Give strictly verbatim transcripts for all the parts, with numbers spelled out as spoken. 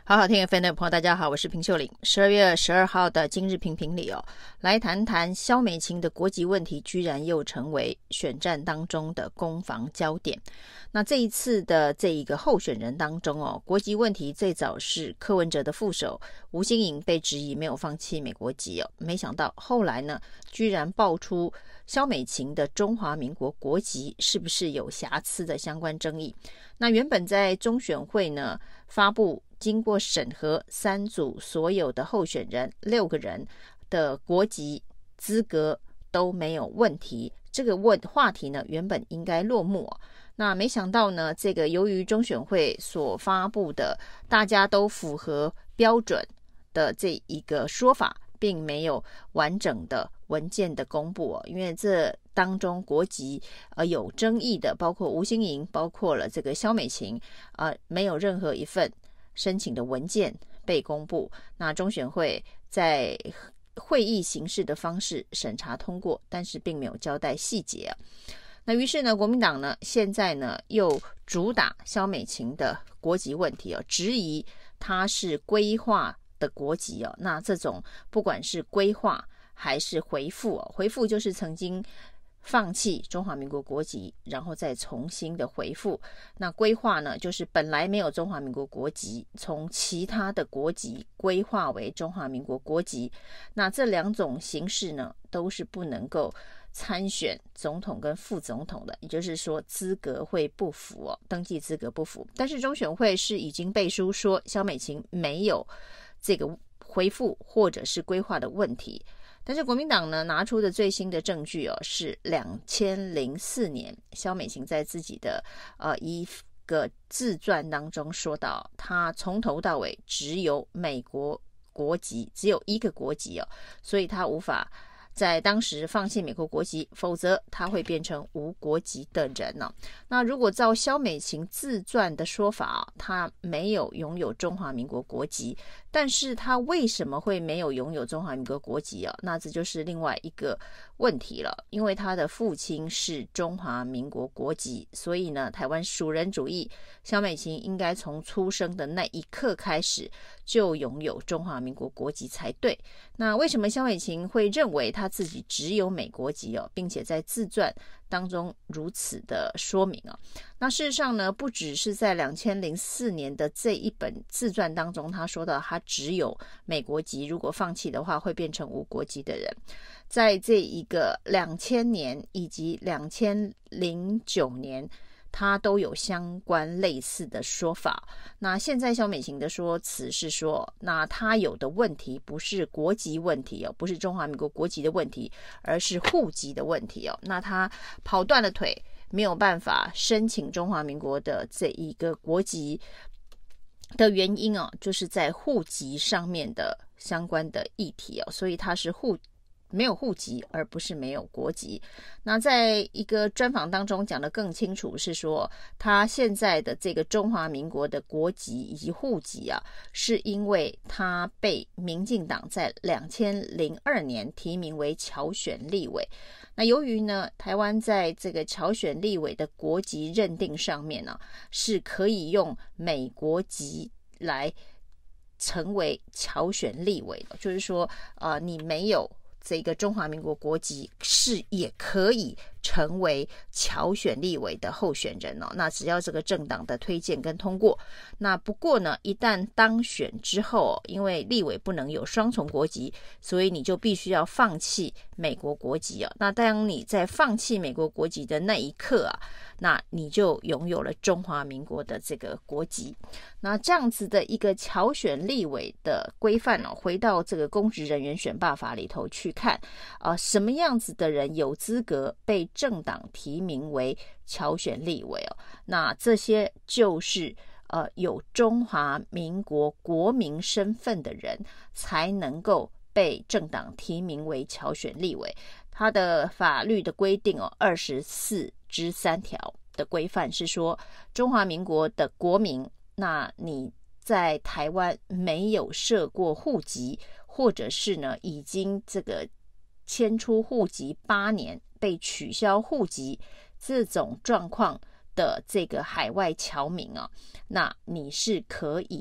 好好听 F M 的朋友，大家好，我是平秀玲。十二月十二号的今日评评里哦，来谈谈萧美琴的国籍问题，居然又成为选战当中的攻防焦点。那这一次的这一个候选人当中哦，国籍问题最早是柯文哲的副手吴欣盈被质疑没有放弃美国籍哦，没想到后来呢，居然爆出萧美琴的中华民国国籍是不是有瑕疵的相关争议。那原本在中选会呢发布经过审核，三组所有的候选人六个人的国籍资格都没有问题，这个问话题呢原本应该落幕、哦、那没想到呢，这个由于中选会所发布的大家都符合标准的这一个说法，并没有完整的文件的公布、哦、因为这当中国籍呃有争议的，包括吴欣盈，包括了这个萧美琴，呃没有任何一份申请的文件被公布。那中选会在会议形式的方式审查通过，但是并没有交代细节、啊、那于是呢，国民党呢现在呢又主打萧美琴的国籍问题、哦、质疑她是规划的国籍、哦、那这种不管是规划还是回复、哦、回复就是曾经放弃中华民国国籍，然后再重新的回复。那规划呢，就是本来没有中华民国国籍，从其他的国籍规划为中华民国国籍。那这两种形式呢，都是不能够参选总统跟副总统的，也就是说资格会不符哦，登记资格不符。但是中选会是已经背书说萧美琴没有这个回复或者是规划的问题。但是国民党呢拿出的最新的证据哦，是两千零四年萧美琴在自己的呃一个自传当中说到，他从头到尾只有美国国籍，只有一个国籍哦，所以他无法在当时放弃美国国籍，否则他会变成无国籍的人呢、哦。那如果照萧美琴自传的说法，他没有拥有中华民国国籍，但是他为什么会没有拥有中华民国国籍啊？那这就是另外一个问题了。因为他的父亲是中华民国国籍，所以呢，台湾属人主义，萧美琴应该从出生的那一刻开始就拥有中华民国国籍才对。那为什么萧美琴会认为他自己只有美国籍哦，并且在自传当中如此的说明哦？那事实上呢，不只是在两千零四年的这一本自传当中，他说到他只有美国籍，如果放弃的话会变成无国籍的人。在这一个两千年以及两千零九年，他都有相关类似的说法。那现在萧美琴的说辞是说，那他有的问题不是国籍问题哦，不是中华民国国籍的问题，而是户籍的问题哦。那他跑断了腿，没有办法申请中华民国的这一个国籍的原因哦，就是在户籍上面的相关的议题哦，所以他是户没有户籍，而不是没有国籍。那在一个专访当中讲得更清楚，是说他现在的这个中华民国的国籍以及户籍啊，是因为他被民进党在两千零二年提名为侨选立委。那由于呢，台湾在这个侨选立委的国籍认定上面呢、啊，是可以用美国籍来成为侨选立委的，就是说，呃，你没有这个中华民国国籍是也可以成为侨选立委的候选人哦。那只要这个政党的推荐跟通过，那不过呢，一旦当选之后、哦，因为立委不能有双重国籍，所以你就必须要放弃美国国籍哦。那当你在放弃美国国籍的那一刻啊，那你就拥有了中华民国的这个国籍。那这样子的一个侨选立委的规范哦，回到这个公职人员选罢法里头去看，呃，什么样子的人有资格被政党提名为侨选立委哦？那这些就是呃有中华民国国民身份的人才能够被政党提名为侨选立委。它的法律的规定哦，二十四之三条的规范是说，中华民国的国民，那你在台湾没有设过户籍，或者是呢已经这个迁出户籍八年被取消户籍这种状况的这个海外侨民啊，那你是可以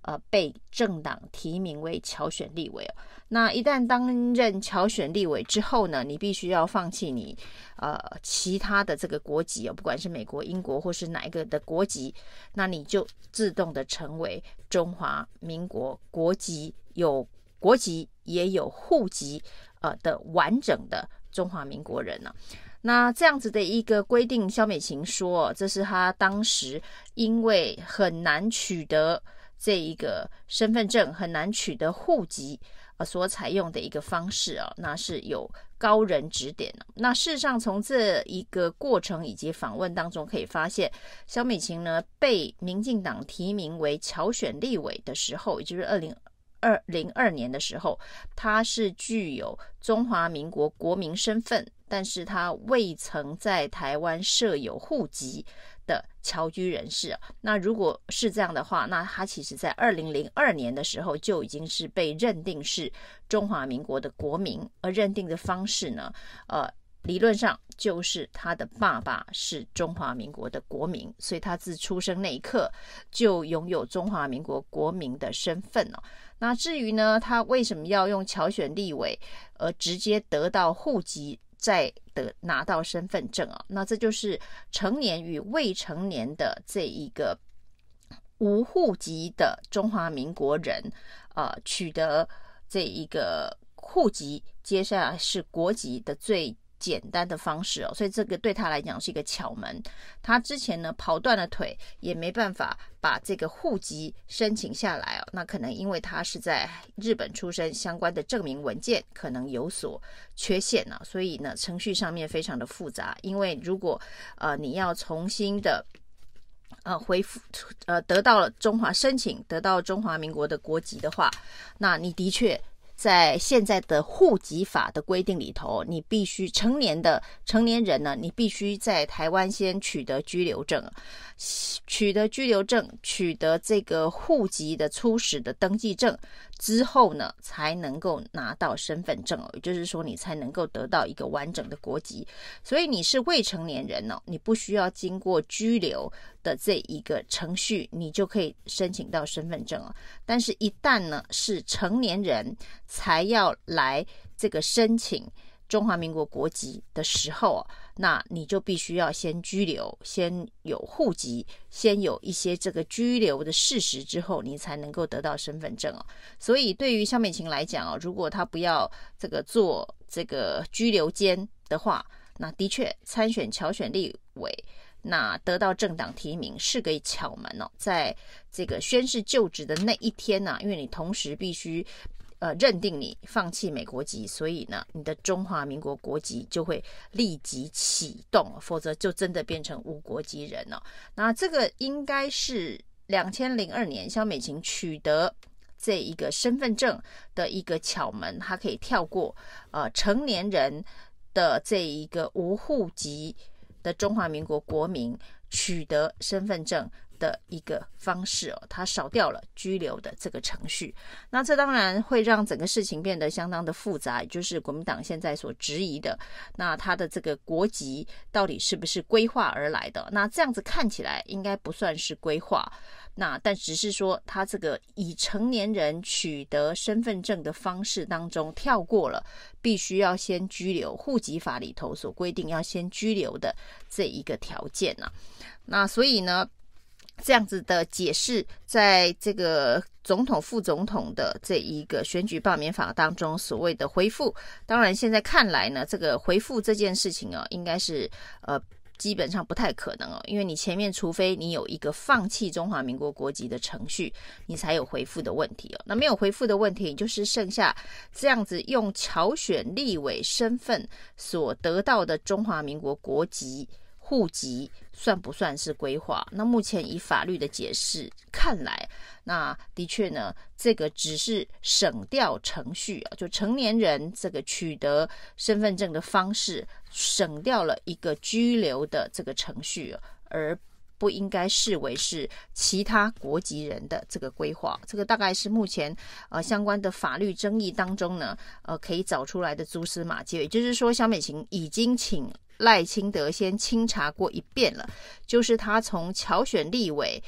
呃被政党提名为侨选立委哦。那一旦担任侨选立委之后呢，你必须要放弃你呃其他的这个国籍哦，不管是美国、英国或是哪一个的国籍，那你就自动的成为中华民国国籍，有国籍也有户籍呃的完整的中华民国人呢、啊。那这样子的一个规定，萧美琴说，这是他当时因为很难取得这一个身份证，很难取得户籍呃所采用的一个方式啊，那是有高人指点的。那事实上，从这一个过程以及访问当中可以发现，萧美琴呢被民进党提名为侨选立委的时候，也就是二零二零二年的时候，他是具有中华民国国民身份，但是他未曾在台湾设有户籍的侨居人士。那如果是这样的话，那他其实在二零零二年的时候就已经是被认定是中华民国的国民，而认定的方式呢，呃，理论上就是他的爸爸是中华民国的国民，所以他自出生那一刻就拥有中华民国国民的身份哦。那至于呢，他为什么要用侨选立委而直接得到户籍，再得拿到身份证啊？那这就是成年与未成年的这一个无户籍的中华民国人，呃，取得这一个户籍，接下来是国籍的最简单的方式哦，所以这个对他来讲是一个巧门。他之前呢跑断了腿，也没办法把这个户籍申请下来哦。那可能因为他是在日本出生，相关的证明文件可能有所缺陷呢、啊，所以呢程序上面非常的复杂。因为如果呃你要重新的呃恢复呃得到了中华申请得到中华民国的国籍的话，那你的确在现在的户籍法的规定里头，你必须成年的成年人呢，你必须在台湾先取得居留证，取得居留证，取得这个户籍的初始的登记证之后呢，才能够拿到身份证哦，也就是说你才能够得到一个完整的国籍。所以你是未成年人哦，你不需要经过居留的这一个程序，你就可以申请到身份证哦。但是一旦呢是成年人才要来这个申请中华民国国籍的时候，那你就必须要先居留，先有户籍，先有一些这个居留的事实之后，你才能够得到身份证哦。所以对于萧美琴来讲哦，如果他不要这个做这个居留监的话，那的确参选侨选立委，那得到政党提名是个巧门哦。在这个宣誓就职的那一天呢、啊，因为你同时必须呃，认定你放弃美国籍，所以呢，你的中华民国国籍就会立即启动，否则就真的变成无国籍人了、哦。那这个应该是二零零二年萧美琴取得这一个身份证的一个巧门，它可以跳过呃成年人的这一个无户籍的中华民国国民取得身份证的一个方式哦，它少掉了居留的这个程序。那这当然会让整个事情变得相当的复杂，也就是国民党现在所质疑的，那他的这个国籍到底是不是规划而来的？那这样子看起来应该不算是规划，那但只是说他这个以成年人取得身份证的方式当中跳过了必须要先居留，户籍法里头所规定要先居留的这一个条件啊。那所以呢，这样子的解释在这个总统副总统的这一个选举罢免法当中所谓的回复，当然现在看来呢，这个回复这件事情啊，应该是呃基本上不太可能哦，因为你前面除非你有一个放弃中华民国国籍的程序，你才有回复的问题哦。那没有回复的问题，就是剩下这样子用侨选立委身份所得到的中华民国国籍户籍算不算是规划？那目前以法律的解释看来，那的确呢，这个只是省掉程序啊，就成年人这个取得身份证的方式省掉了一个居留的这个程序，而不应该视为是其他国籍人的这个规划。这个大概是目前呃相关的法律争议当中呢，呃可以找出来的蛛丝马迹。也就是说，萧美琴已经请赖清德先清查过一遍了，就是他从侨选立委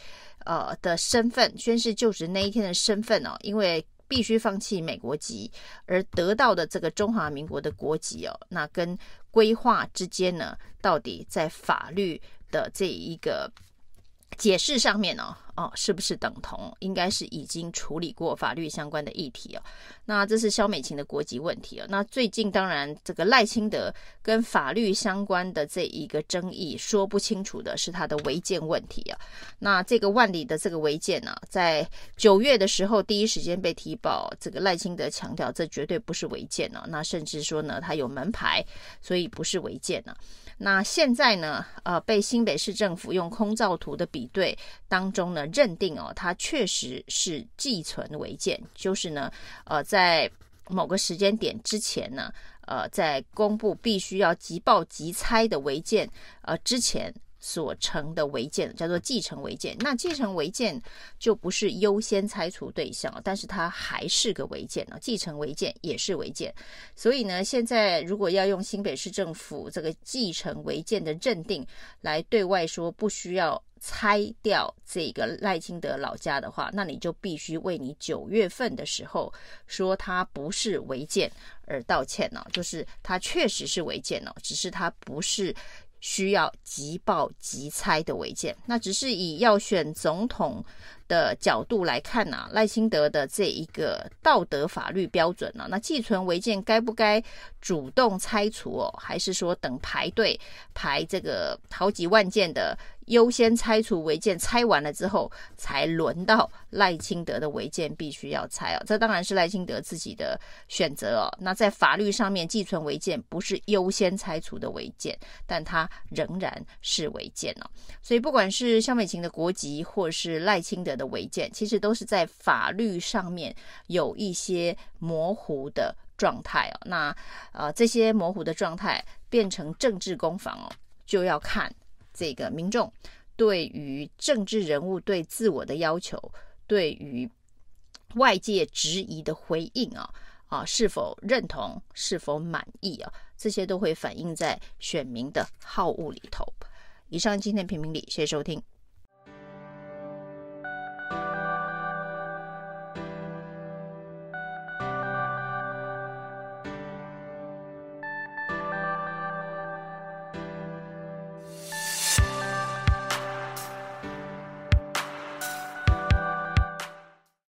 呃的身份，宣誓就职那一天的身份哦，因为必须放弃美国籍而得到的这个中华民国的国籍哦，那跟规划之间呢，到底在法律的这一个解释上面哦，哦，是不是等同？应该是已经处理过法律相关的议题哦。那这是萧美琴的国籍问题哦。那最近当然这个赖清德跟法律相关的这一个争议说不清楚的是他的违建问题啊。那这个万里的这个违建呢、啊，在九月的时候第一时间被提报，这个赖清德强调这绝对不是违建哦、啊。那甚至说呢，他有门牌，所以不是违建啊。那现在呢，呃，被新北市政府用空照图的比对当中呢，认定哦，它确实是寄存违建，就是呢，呃，在某个时间点之前呢，呃，在公布必须要即报即拆的违建，呃，之前所成的违建叫做继承违建。那继承违建就不是优先拆除对象，但是它还是个违建啊，继承违建也是违建。所以呢，现在如果要用新北市政府这个继承违建的认定来对外说不需要拆掉这个赖清德老家的话，那你就必须为你九月份的时候说它不是违建而道歉哦，就是它确实是违建哦，只是它不是需要即报即拆的违建。那只是以要选总统的角度来看啊，赖清德的这一个道德法律标准啊，那寄存违建该不该主动拆除哦，还是说等排队排这个好几万件的优先拆除违建，拆完了之后才轮到赖清德的违建必须要拆哦？这当然是赖清德自己的选择哦。那在法律上面，寄存违建不是优先拆除的违建，但它仍然是违建哦。所以不管是萧美琴的国籍，或是赖清德的违建，其实都是在法律上面有一些模糊的状态哦。那呃这些模糊的状态变成政治攻防哦，就要看这个民众对于政治人物对自我的要求，对于外界质疑的回应啊啊是否认同，是否满意啊，这些都会反映在选民的好恶里头。以上今天评评理，谢谢收听。